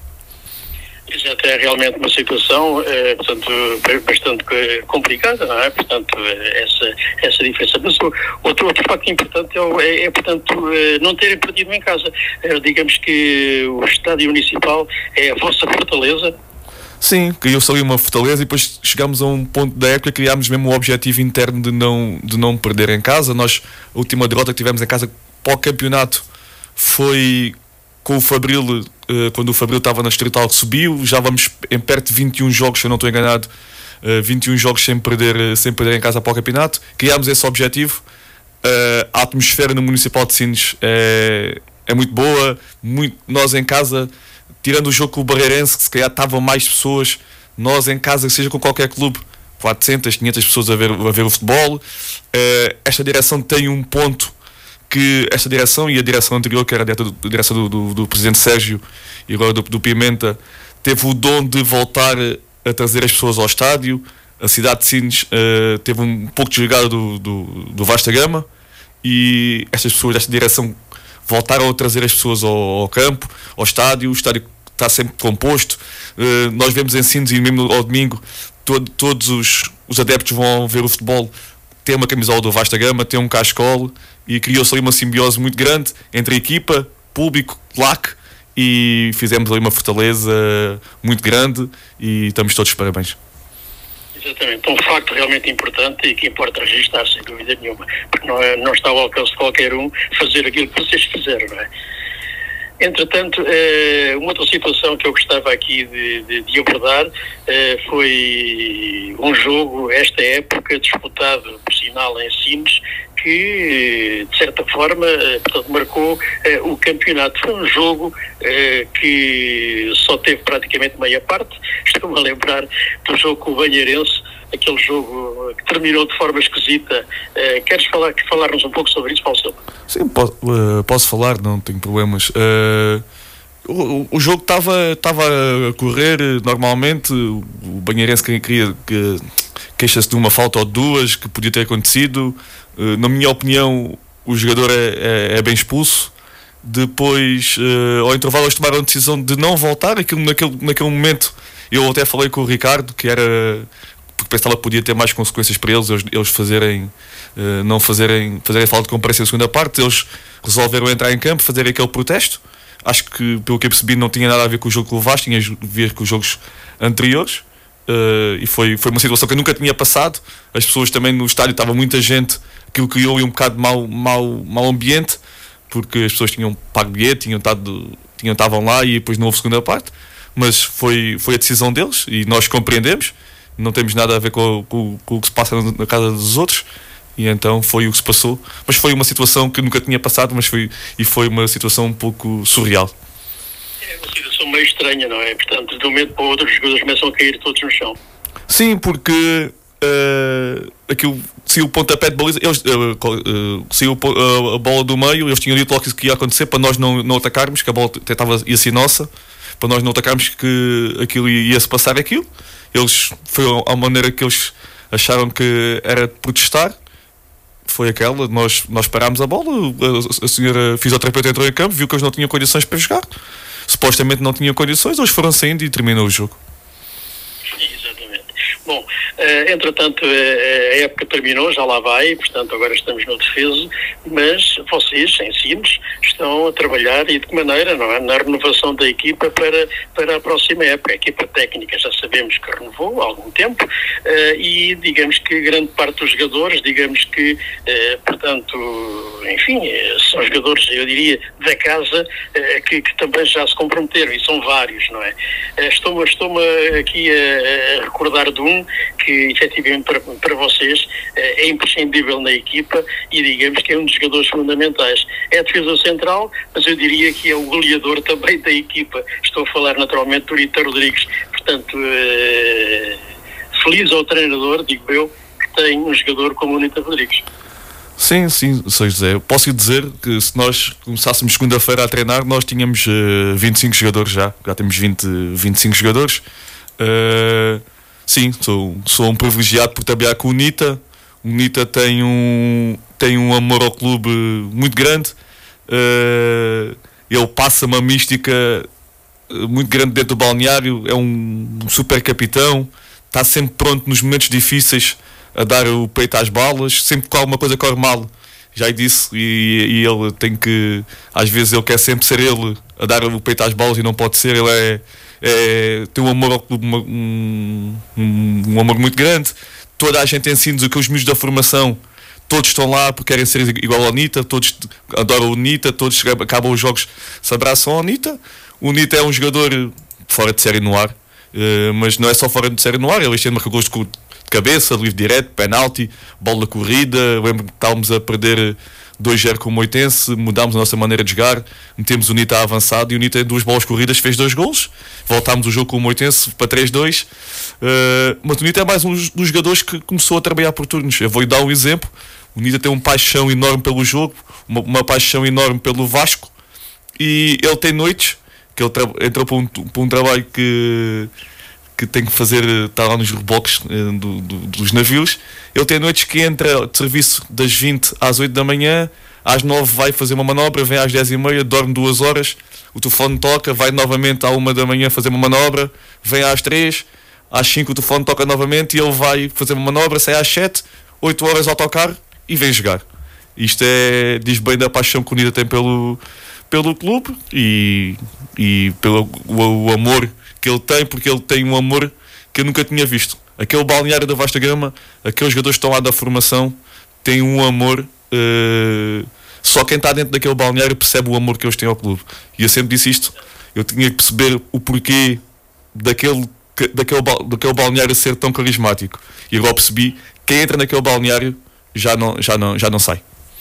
Exato, é realmente uma situação é, portanto, bastante complicada, não é? Portanto, essa, essa diferença. Mas outro, outro facto importante é, é, é, portanto, não terem perdido em casa. É, digamos que o estádio municipal é a vossa fortaleza. Sim, criou-se ali uma fortaleza, e depois chegámos a um ponto da época que criámos mesmo o objetivo interno de não, de não perder em casa. Nós, a última derrota que tivemos em casa para o campeonato foi com o Fabril, quando o Fabril estava na Distrital, que subiu. Já vamos em perto de vinte e um jogos, se eu não estou enganado, vinte e um jogos sem perder, sem perder em casa para o campeonato. Criámos esse objetivo. A atmosfera no Municipal de Sines é, é muito boa. Muito, nós em casa, tirando o jogo com o Barreirense, que se calhar estavam mais pessoas, nós em casa, seja com qualquer clube, quatrocentas, quinhentas pessoas a ver, a ver o futebol. Esta direção tem um ponto que esta direção e a direção anterior, que era a direção do, do, do presidente Sérgio e agora do, do Pimenta, teve o dom de voltar a trazer as pessoas ao estádio. A cidade de Sines uh, teve um pouco desligada do, do, do Vasta Gama, e estas pessoas desta direção voltaram a trazer as pessoas ao, ao campo, ao estádio. O estádio está sempre composto. Uh, nós vemos em Sines, e mesmo ao domingo, todo, todos os, os adeptos vão ver o futebol, tem uma camisola do Vasta Gama, tem um cascolo, e criou-se ali uma simbiose muito grande entre a equipa, público, claque, e fizemos ali uma fortaleza muito grande, e estamos todos de parabéns. Exatamente, um facto realmente importante e que importa registrar, sem dúvida nenhuma, porque não, é, não está ao alcance de qualquer um fazer aquilo que vocês fizeram, não é? Entretanto, uma outra situação que eu gostava aqui de, de, de abordar foi um jogo, esta época, disputado, por sinal, em Sines, que, de certa forma, portanto, marcou o campeonato. Foi um jogo que só teve praticamente meia parte. Estou-me a lembrar do jogo com o Banheirense, aquele jogo que terminou de forma esquisita. Uh, queres falar, falar-nos um pouco sobre isso, Paulo Silva? Sim, posso, uh, posso falar, não tenho problemas. Uh, o, o jogo estava a correr normalmente. O Banheirense queria que queixa-se de uma falta ou de duas que podia ter acontecido. Uh, na minha opinião, o jogador é, é, é bem expulso. Depois, uh, ao intervalo, eles tomaram a decisão de não voltar. Aquilo, naquele, naquele momento, eu até falei com o Ricardo, que era... porque pensava que podia ter mais consequências para eles, eles, eles fazerem, uh, não fazerem, fazerem falta de comparecência na segunda parte. Eles resolveram entrar em campo, fazer aquele protesto. Acho que, pelo que eu percebi, não tinha nada a ver com o jogo com o Vasco, tinha a ver com os jogos anteriores. Uh, e foi, foi uma situação que eu nunca tinha passado. As pessoas também no estádio, estava muita gente, aquilo criou um bocado de mau, mau, mau ambiente, porque as pessoas tinham pago bilhete, tinham estado, tinham, estavam lá e depois não houve segunda parte. Mas foi, foi a decisão deles e nós compreendemos. Não temos nada a ver com, com, com o que se passa na casa dos outros, e então foi o que se passou. Mas foi uma situação que nunca tinha passado, mas foi, e foi uma situação um pouco surreal. É uma situação meio estranha, não é? Portanto, de um momento para o outro os jogadores começam a cair todos no chão. Sim, porque uh, aquilo saiu o pontapé de baliza, eles, uh, uh, saiu uh, a bola do meio, eles tinham dito logo que isso ia acontecer para nós não, não atacarmos, que a bola até estava, ia ser nossa, para nós não atacarmos, que aquilo ia-se passar aquilo. Eles, foi a maneira que eles acharam que era de protestar, foi aquela. Nós, nós parámos a bola, a, a senhora fisioterapeuta entrou em campo, viu que eles não tinham condições para jogar, supostamente não tinham condições, eles foram saindo e terminou o jogo. Exatamente. Bom, uh, entretanto, uh, a época terminou, já lá vai, portanto agora estamos no defeso, mas vocês, em Sines, estão a trabalhar e de que maneira, não é? Na renovação da equipa para, para a próxima época. A equipa técnica já sabemos que renovou há algum tempo uh, e digamos que grande parte dos jogadores, digamos que, uh, portanto, enfim, são jogadores, eu diria, da casa uh, que, que também já se comprometeram, e são vários, não é? Uh, estou-me, estou-me aqui a, a recordar de um que efetivamente para, para vocês é imprescindível na equipa e digamos que é um dos jogadores fundamentais. É a defesa central, mas eu diria que é o goleador também da equipa. Estou a falar naturalmente do Nita Rodrigues. Portanto, eh, feliz ao treinador, digo eu, que tem um jogador como o Nita Rodrigues. Sim, sim, São José. Posso lhe dizer que se nós começássemos segunda-feira a treinar, nós tínhamos uh, vinte e cinco jogadores já. Já temos vinte, vinte e cinco jogadores. Uh, sim, sou, sou um privilegiado por trabalhar com o Nita. O Nita tem um, tem um amor ao clube muito grande. Uh, ele passa uma mística muito grande dentro do balneário. É um super capitão. Está sempre pronto nos momentos difíceis a dar o peito às balas. Sempre que alguma coisa corre mal, já disse, e, e ele tem que, às vezes ele quer sempre ser ele a dar o peito às balas e não pode ser. Ele é, é, tem um amor ao clube, um, um, um amor muito grande. Toda a gente ensina-nos que os miúdos da formação todos estão lá porque querem ser igual ao Nita, todos adoram o Nita, todos acabam os jogos, se abraçam ao Nita. O Nita é um jogador fora de série no ar, mas não é só fora de série no ar, ele este ano marcou gols de cabeça, livre direto, penalti, bola corrida. Eu lembro que estávamos a perder dois a zero com o Moitense, mudámos a nossa maneira de jogar, metemos o Nita avançado e o Nita em duas bolas corridas fez dois gols. Voltámos o jogo com o Moitense para três a dois. Uh, mas o Nita é mais um dos jogadores que começou a trabalhar por turnos. Eu vou-lhe dar um exemplo. O Nita tem uma paixão enorme pelo jogo, uma, uma paixão enorme pelo Vasco, e ele tem noites que ele tra- entrou para um, para um trabalho que que tem que fazer, está lá nos reboques uh, do, do, dos navios. Ele tem noites que entra de serviço das vinte às oito da manhã, às nove vai fazer uma manobra, vem às dez e meia, dorme duas horas, o telefone toca, vai novamente à uma da manhã fazer uma manobra, vem às três, às cinco o telefone toca novamente e ele vai fazer uma manobra, sai às sete, oito horas ao autocarro e vem jogar. Isto é, diz bem da paixão que o Nita tem pelo, pelo clube e, e pelo o, o amor que ele tem, porque ele tem um amor que eu nunca tinha visto. Aquele balneário da Vasta Gama, aqueles jogadores que estão lá da formação, têm um amor, uh, só quem está dentro daquele balneário percebe o amor que eles têm ao clube. E eu sempre disse isto, eu tinha que perceber o porquê daquele, daquele, daquele balneário ser tão carismático. E agora percebi, quem entra naquele balneário já não, já não, já não sai.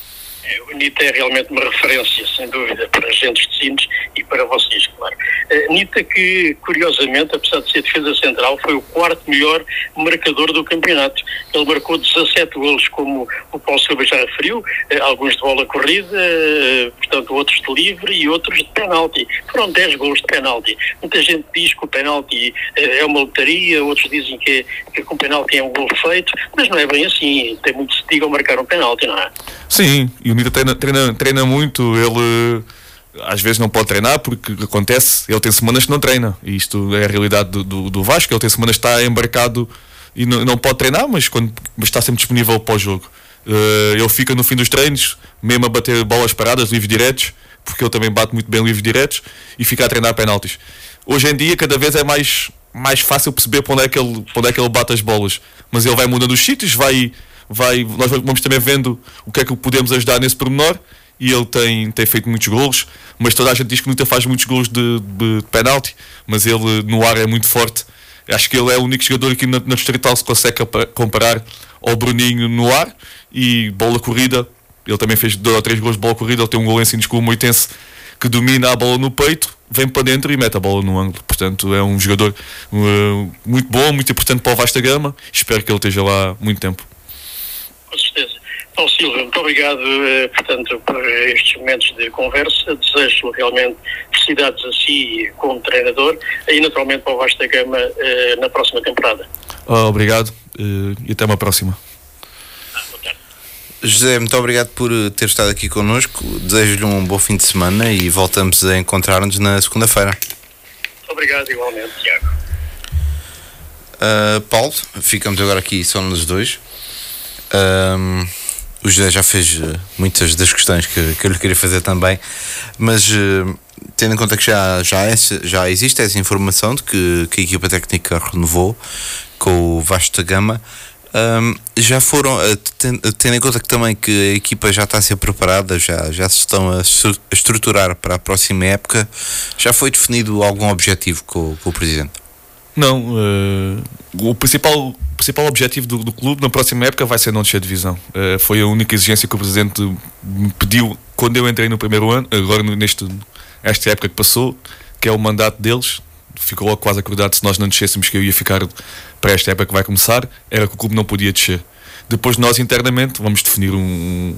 O Nita é realmente uma referência, sem dúvida, para agentes de Sines e para vocês, claro. Uh, Nita que, curiosamente, apesar de ser defesa central, foi o quarto melhor marcador do campeonato. Ele marcou dezassete golos, como o Paulo Silva já referiu, uh, alguns de bola corrida, uh, portanto outros de livre e outros de penalti. Foram dez golos de penalti. Muita gente diz que o penalti uh, é uma lotaria, outros dizem que, que com o penalti é um gol feito, mas não é bem assim. Tem muito se diga marcar um penalti, não é? Sim, e o Nita treina, treina, treina muito. Ele às vezes não pode treinar porque acontece, ele tem semanas que não treina, e isto é a realidade do, do, do Vasco. Ele tem semanas que está embarcado e não, não pode treinar, mas, quando, mas está sempre disponível para o jogo. Uh, ele fica no fim dos treinos, mesmo a bater bolas paradas, livres diretos, porque ele também bate muito bem livres diretos, e fica a treinar penaltis. Hoje em dia, cada vez é mais, mais fácil perceber para onde, é que ele, para onde é que ele bate as bolas, mas ele vai mudando os sítios, vai, vai, nós vamos também vendo o que é que podemos ajudar nesse pormenor, e ele tem, tem feito muitos golos, mas toda a gente diz que nunca faz muitos golos de, de, de penalti, mas ele no ar é muito forte. Acho que ele é o único jogador aqui na, na Distrital que se consegue comparar ao Bruninho no ar. E bola corrida, ele também fez dois ou três gols de bola corrida. Ele tem um gol em Sines com o Moitense que domina a bola no peito, vem para dentro e mete a bola no ângulo. Portanto, é um jogador uh, muito bom, muito importante para o Vasta Gama. Espero que ele esteja lá muito tempo. Com certeza. Paulo Silva, muito obrigado, portanto, por estes momentos de conversa. Desejo realmente felicidades a si como treinador e naturalmente para o Vasta Gama na próxima temporada. Oh, obrigado e até uma próxima. Ah, boa tarde. José, muito obrigado por ter estado aqui connosco. Desejo-lhe um bom fim de semana e voltamos a encontrar-nos na segunda-feira. Obrigado igualmente, Tiago. Uh, Paulo, ficamos agora aqui só nos dois. Um, o José já fez uh, muitas das questões que, que eu lhe queria fazer também, mas uh, tendo em conta que já, já, é, já existe essa informação de que, que a equipa técnica renovou com o Vasta Gama, um, já foram, uh, tendo, tendo em conta que também que a equipa já está a ser preparada, já, já se estão a, a estruturar para a próxima época, já foi definido algum objetivo com, com o Presidente? Não, uh, o principal, o principal objetivo do, do clube na próxima época vai ser não descer divisão. Uh, foi a única exigência que o Presidente me pediu quando eu entrei no primeiro ano, agora neste, esta época que passou, que é o mandato deles. Ficou logo quase acordado, se nós não descêssemos, que eu ia ficar para esta época que vai começar, era que o clube não podia descer. Depois nós internamente vamos definir um,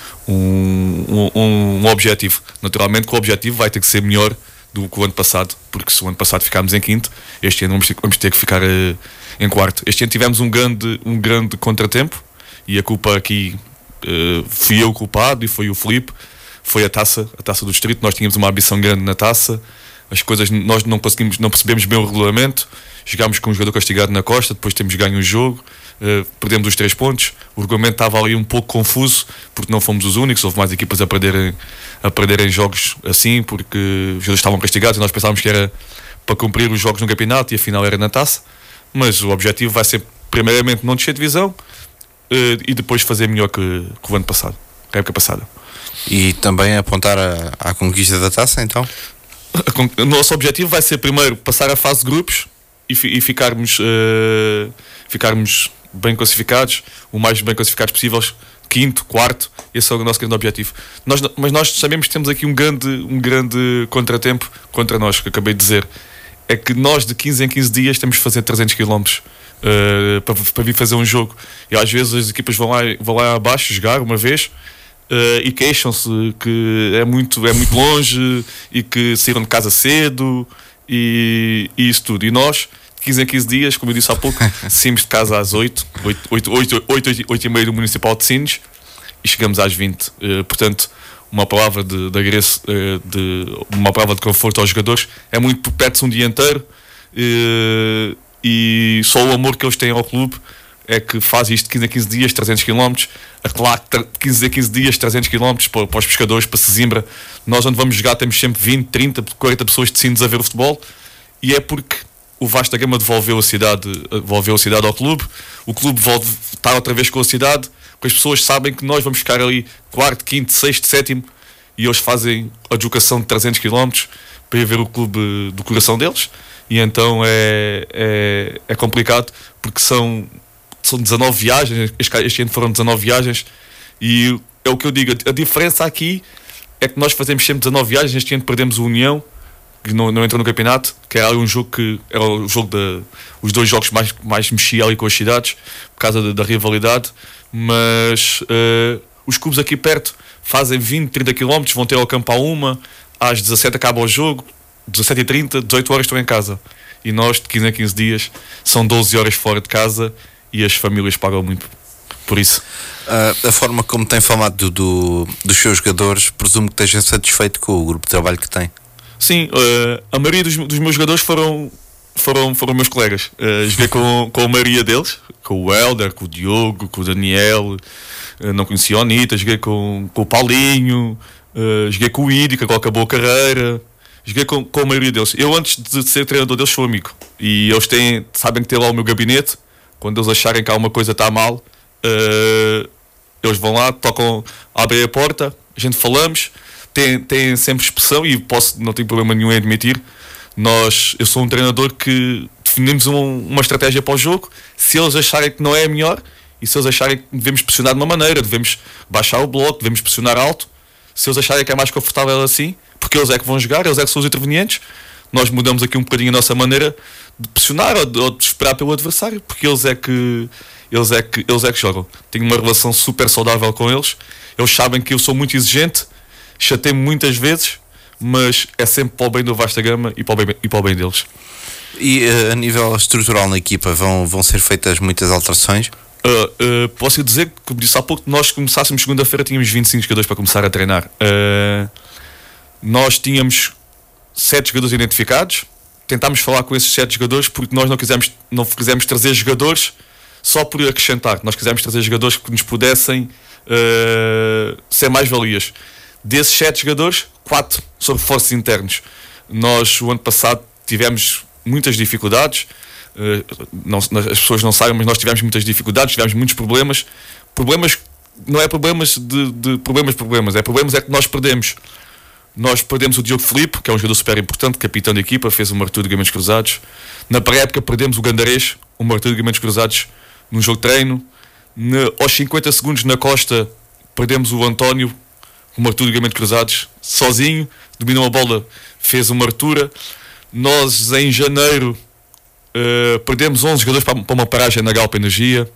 um, um, um objetivo. Naturalmente que o objetivo vai ter que ser melhor do que o ano passado, porque se o ano passado ficámos em quinto, este ano vamos ter, vamos ter que ficar uh, em quarto. Este ano tivemos um grande, um grande contratempo, e a culpa aqui uh, fui eu culpado e foi o Filipe, foi a taça, a taça do distrito. Nós tínhamos uma ambição grande na taça, as coisas, nós não conseguimos, não percebemos bem o regulamento, jogámos com um jogador castigado na costa, depois temos ganho o jogo, uh, perdemos os três pontos, o regulamento estava ali um pouco confuso, porque não fomos os únicos, houve mais equipas a perderem, a perderem jogos assim, porque os jogadores estavam castigados e nós pensávamos que era para cumprir os jogos no campeonato e afinal era na taça. Mas o objetivo vai ser primeiramente não descer divisão uh, e depois fazer melhor que, que o ano passado, a época passada. E também apontar a, à conquista da taça, então? O nosso objetivo vai ser primeiro passar a fase de grupos e, e ficarmos, uh, ficarmos bem classificados, o mais bem classificados possíveis, quinto, quarto. Esse é o nosso grande objetivo. Nós, mas nós sabemos que temos aqui um grande, um grande contratempo contra nós, que acabei de dizer. É que nós de quinze em quinze dias temos de fazer trezentos quilómetros uh, para, para vir fazer um jogo. E às vezes as equipas vão lá, vão lá abaixo jogar uma vez uh, e queixam-se que é muito, é muito longe e que saíram de casa cedo e, e isso tudo. E nós, de quinze em quinze dias, como eu disse há pouco, saímos de casa às oito, oito e meia do Municipal de Sines e chegamos às vinte. Uh, portanto, uma palavra de, de agradeço, de, uma palavra de conforto aos jogadores. É muito, perde-se um dia inteiro e, e só o amor que eles têm ao clube é que faz isto de quinze a quinze dias, trezentos quilómetros. Claro, quinze a quinze dias, trezentos quilómetros para, para os pescadores, para Sesimbra. Nós onde vamos jogar temos sempre vinte, trinta, quarenta pessoas de Sines a ver o futebol, e é porque o Vasta Gama devolveu a cidade, devolveu a cidade ao clube. O clube volve, está outra vez com a cidade, porque as pessoas sabem que nós vamos ficar ali quarto, quinto, sexto, sétimo, e eles fazem a deslocação de trezentos quilómetros para ir ver o clube do coração deles. E então é, é, é complicado, porque são, são dezanove viagens. Este ano foram dezanove viagens, e é o que eu digo, a diferença aqui é que nós fazemos sempre dezanove viagens. Este ano perdemos o União, que não, não entrou no campeonato, que era um jogo que era o jogo de, os dois jogos mais, mais mexia ali com as cidades por causa da, da rivalidade. Mas uh, os clubes aqui perto fazem vinte, trinta quilómetros, vão ter ao campo à uma, às dezassete acaba o jogo, dezassete e trinta, dezoito horas estão em casa. E nós, de quinze a quinze dias, são doze horas fora de casa, e as famílias pagam muito por isso. Uh, a forma como tem falado do, do, dos seus jogadores, presumo que esteja satisfeito com o grupo de trabalho que tem. Sim, uh, a maioria dos, dos meus jogadores foram foram, foram meus colegas. Uh, joguei com, com a maioria deles, com o Helder, com o Diogo, com o Daniel, uh, não conhecia o Anitta, joguei com, com o Paulinho, uh, joguei com o Idi, que agora acabou a carreira, joguei com, com a maioria deles. Eu, antes de ser treinador deles, sou amigo. E eles têm, sabem que tem lá o meu gabinete. Quando eles acharem que alguma coisa está mal, uh, eles vão lá, tocam, abrem a porta, a gente falamos, têm, têm sempre expressão e posso, não tenho problema nenhum em admitir. Nós, eu sou um treinador que definimos um, uma estratégia para o jogo. Se eles acharem que não é a melhor e se eles acharem que devemos pressionar de uma maneira, devemos baixar o bloco, devemos pressionar alto, se eles acharem que é mais confortável assim, porque eles é que vão jogar, eles é que são os intervenientes, nós mudamos aqui um bocadinho a nossa maneira de pressionar ou de, ou de esperar pelo adversário, porque eles é que eles é que, eles é que jogam. Tenho uma relação super saudável com eles. Eles sabem que eu sou muito exigente, chatei-me muitas vezes, mas é sempre para o bem do Vasta Gama e para o bem, e para o bem deles. E uh, a nível estrutural na equipa vão, vão ser feitas muitas alterações? Uh, uh, posso dizer que, como disse há pouco, nós começássemos segunda-feira, tínhamos vinte e cinco jogadores para começar a treinar. Uh, nós tínhamos sete jogadores identificados. Tentámos falar com esses sete jogadores porque nós não quisemos, não quisemos trazer jogadores só por acrescentar. Nós quisemos trazer jogadores que nos pudessem uh, ser mais-valias. Desses sete jogadores, quatro são reforços internos. Nós, o ano passado, tivemos muitas dificuldades. Uh, não, as pessoas não sabem, mas nós tivemos muitas dificuldades, tivemos muitos problemas. Problemas, não é problemas de, de problemas, problemas. É problemas é que nós perdemos. Nós perdemos o Diogo Filipe, que é um jogador super importante, capitão da equipa, fez uma abertura de ligamentos cruzados. Na pré-época perdemos o Gandarês, uma abertura de ligamentos cruzados num jogo de treino. Na, aos cinquenta segundos na Costa perdemos o António, uma abertura de ligamentos cruzados, sozinho, dominou a bola, fez uma abertura. Nós em janeiro uh, perdemos onze jogadores para, para uma paragem na Galpa Energia.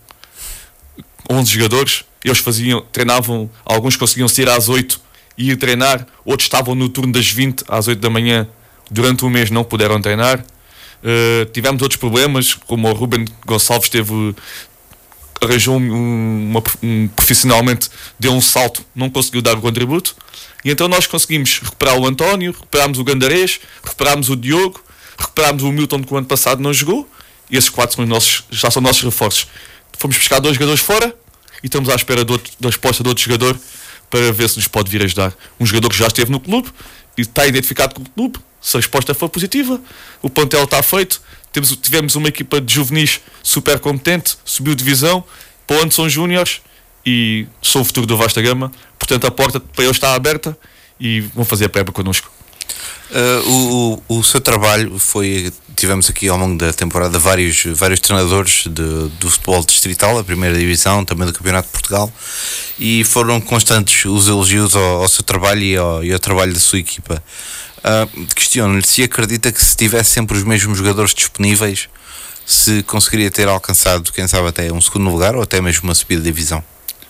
onze jogadores, eles faziam, treinavam, alguns conseguiam sair às oito e ir treinar, outros estavam no turno das vinte às oito da manhã, durante um mês não puderam treinar. Uh, tivemos outros problemas, como o Ruben Gonçalves teve, arranjou um, uma, um profissionalmente, deu um salto, não conseguiu dar o contributo, e então nós conseguimos recuperar o António, recuperámos o Gandarês, recuperámos o Diogo, recuperámos o Milton, que o ano passado não jogou, e esses quatro são os nossos, já são nossos reforços. Fomos buscar dois jogadores fora e estamos à espera de outro, da resposta de outro jogador para ver se nos pode vir ajudar. Um jogador que já esteve no clube e está identificado com o clube. Se a resposta for positiva, o plantel está feito. Temos, tivemos uma equipa de juvenis super competente, subiu divisão, para onde são júniores e sou o futuro do Vasta Gama. Portanto, a porta para eles está aberta e vão fazer a prépa connosco. Uh, o, o, o seu trabalho foi, tivemos aqui ao longo da temporada vários, vários treinadores de, do futebol distrital, a primeira divisão, também do Campeonato de Portugal, e foram constantes os elogios ao, ao seu trabalho e ao, e ao trabalho da sua equipa. Uh, questiono-lhe se acredita que se tivesse sempre os mesmos jogadores disponíveis, se conseguiria ter alcançado, quem sabe, até um segundo lugar ou até mesmo uma subida de divisão.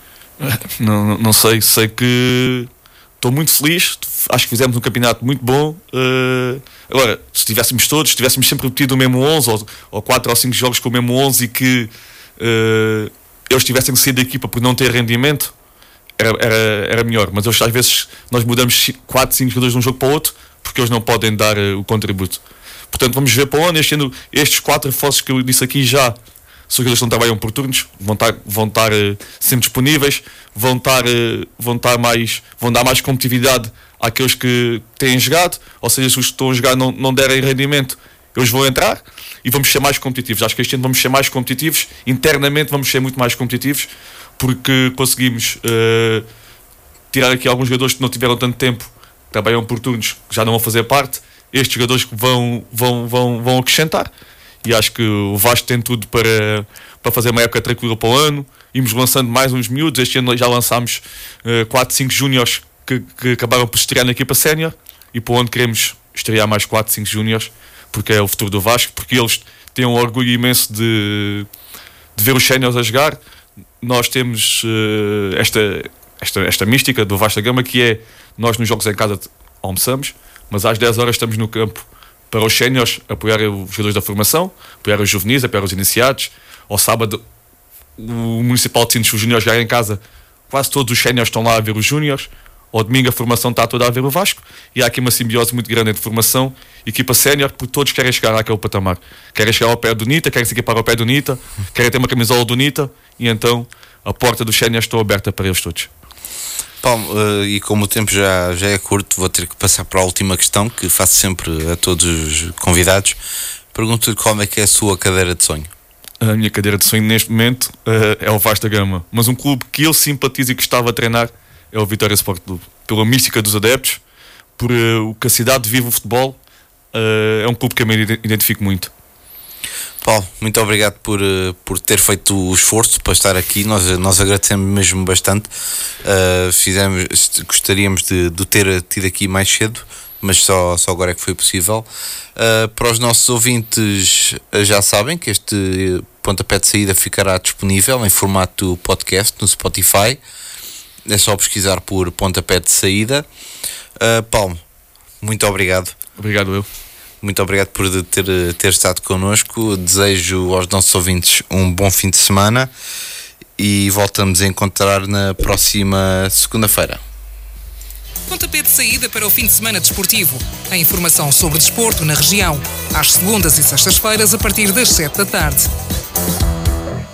Não, não sei, sei que estou muito feliz, acho que fizemos um campeonato muito bom. Uh, agora, se tivéssemos todos, se tivéssemos sempre repetido o mesmo onze ou, ou quatro ou cinco jogos com o mesmo onze e que uh, eles tivessem que sair da equipa por não ter rendimento, era, era, era melhor. Mas eles, às vezes nós mudamos quatro, cinco jogadores de um jogo para o outro porque eles não podem dar uh, o contributo. Portanto, vamos ver para onde este ano, estes quatro reforços que eu disse aqui já são jogadores que não trabalham por turnos, vão estar, vão estar uh, sempre disponíveis, vão estar, uh, vão estar mais, vão dar mais competitividade àqueles que têm jogado, ou seja, se os que estão a jogar não, não derem rendimento, eles vão entrar e vamos ser mais competitivos. Acho que este ano vamos ser mais competitivos, internamente vamos ser muito mais competitivos, porque conseguimos uh, tirar aqui alguns jogadores que não tiveram tanto tempo, que trabalham por turnos, que já não vão fazer parte, estes jogadores que vão, vão, vão, vão acrescentar. E acho que o Vasco tem tudo para, para fazer uma época tranquila para o ano. Íamos lançando mais uns miúdos. Este ano já lançámos uh, quatro, cinco júniores que, que acabaram por estrear na equipa sénior. E para o ano queremos estrear mais quatro, cinco júniores, porque é o futuro do Vasco, porque eles têm um orgulho imenso de, de ver os séniores a jogar. Nós temos uh, esta, esta, esta mística do Vasta Gama, que é, nós nos jogos em casa almoçamos, mas às dez horas estamos no campo para os séniores apoiar os jogadores da formação, apoiar os juvenis, apoiar os iniciados. Ao sábado, o Municipal de Sintes, os júniores jogarem em casa, quase todos os séniores estão lá a ver os júniores. Ao domingo a formação está toda a ver o Vasco e há aqui uma simbiose muito grande entre formação e equipa sénior, porque todos querem chegar àquele patamar. Querem chegar ao pé do Nita, querem se equipar ao pé do Nita, querem ter uma camisola do Nita e então a porta dos séniores está aberta para eles todos. Paulo, uh, e como o tempo já, já é curto, vou ter que passar para a última questão que faço sempre a todos os convidados. Pergunto-lhe qual é que é a sua cadeira de sonho. A minha cadeira de sonho neste momento uh, é o Vasta Gama, mas um clube que eu simpatizo e que estava a treinar é o Vitória Sport Clube. Pela mística dos adeptos, por uh, o que a cidade vive o futebol, uh, é um clube que eu me identifico muito. Paulo, muito obrigado por, por ter feito o esforço para estar aqui. Nós, nós agradecemos mesmo bastante. Uh, fizemos, gostaríamos de, de ter tido aqui mais cedo, mas só, só agora é que foi possível. Uh, para os nossos ouvintes, já sabem que este pontapé de saída ficará disponível em formato podcast no Spotify. É só pesquisar por pontapé de saída. Uh, Paulo, muito obrigado. Obrigado eu. Muito obrigado por ter, ter estado connosco. Desejo aos nossos ouvintes um bom fim de semana e voltamos a encontrar na próxima segunda-feira. Pontapé de saída para o fim de semana desportivo. A informação sobre desporto na região. Às segundas e sextas-feiras a partir das sete da tarde.